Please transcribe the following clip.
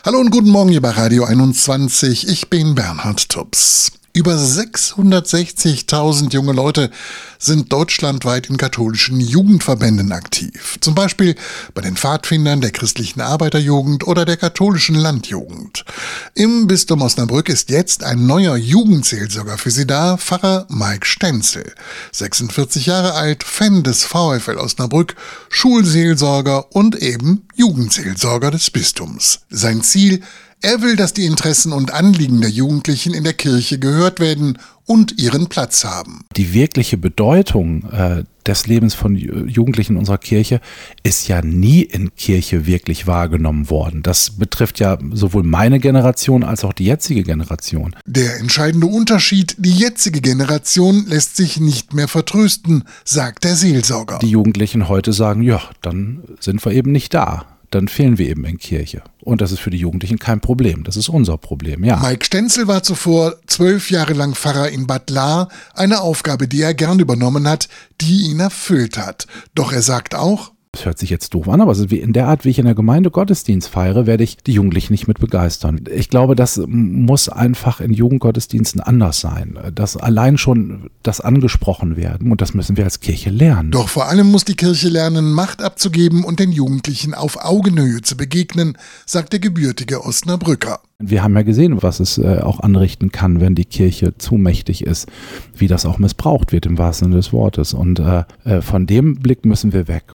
Hallo und guten Morgen hier bei Radio 21. Ich bin Bernhard Tubbs. Über 660.000 junge Leute sind deutschlandweit in katholischen Jugendverbänden aktiv. Zum Beispiel bei den Pfadfindern der christlichen Arbeiterjugend oder der katholischen Landjugend. Im Bistum Osnabrück ist jetzt ein neuer Jugendseelsorger für sie da, Pfarrer Mike Stenzel. 46 Jahre alt, Fan des VfL Osnabrück, Schulseelsorger und eben Jugendseelsorger des Bistums. Sein Ziel: Er will, dass die Interessen und Anliegen der Jugendlichen in der Kirche gehört werden und ihren Platz haben. Die wirkliche Bedeutung des Lebens von Jugendlichen in unserer Kirche ist ja nie in Kirche wirklich wahrgenommen worden. Das betrifft ja sowohl meine Generation als auch die jetzige Generation. Der entscheidende Unterschied: Die jetzige Generation lässt sich nicht mehr vertrösten, sagt der Seelsorger. Die Jugendlichen heute sagen, ja, dann sind wir eben nicht da. Dann fehlen wir eben in Kirche. Und das ist für die Jugendlichen kein Problem. Das ist unser Problem, ja. Mike Stenzel war zuvor 12 Jahre lang Pfarrer in Bad Lahr, eine Aufgabe, die er gern übernommen hat, die ihn erfüllt hat. Doch er sagt auch: Das hört sich jetzt doof an, aber in der Art, wie ich in der Gemeinde Gottesdienst feiere, werde ich die Jugendlichen nicht mit begeistern. Ich glaube, das muss einfach in Jugendgottesdiensten anders sein. Dass allein schon das angesprochen werden, und das müssen wir als Kirche lernen. Doch vor allem muss die Kirche lernen, Macht abzugeben und den Jugendlichen auf Augenhöhe zu begegnen, sagt der gebürtige Osnabrücker. Wir haben ja gesehen, was es auch anrichten kann, wenn die Kirche zu mächtig ist, wie das auch missbraucht wird im wahrsten Sinne des Wortes. Und von dem Blick müssen wir weg.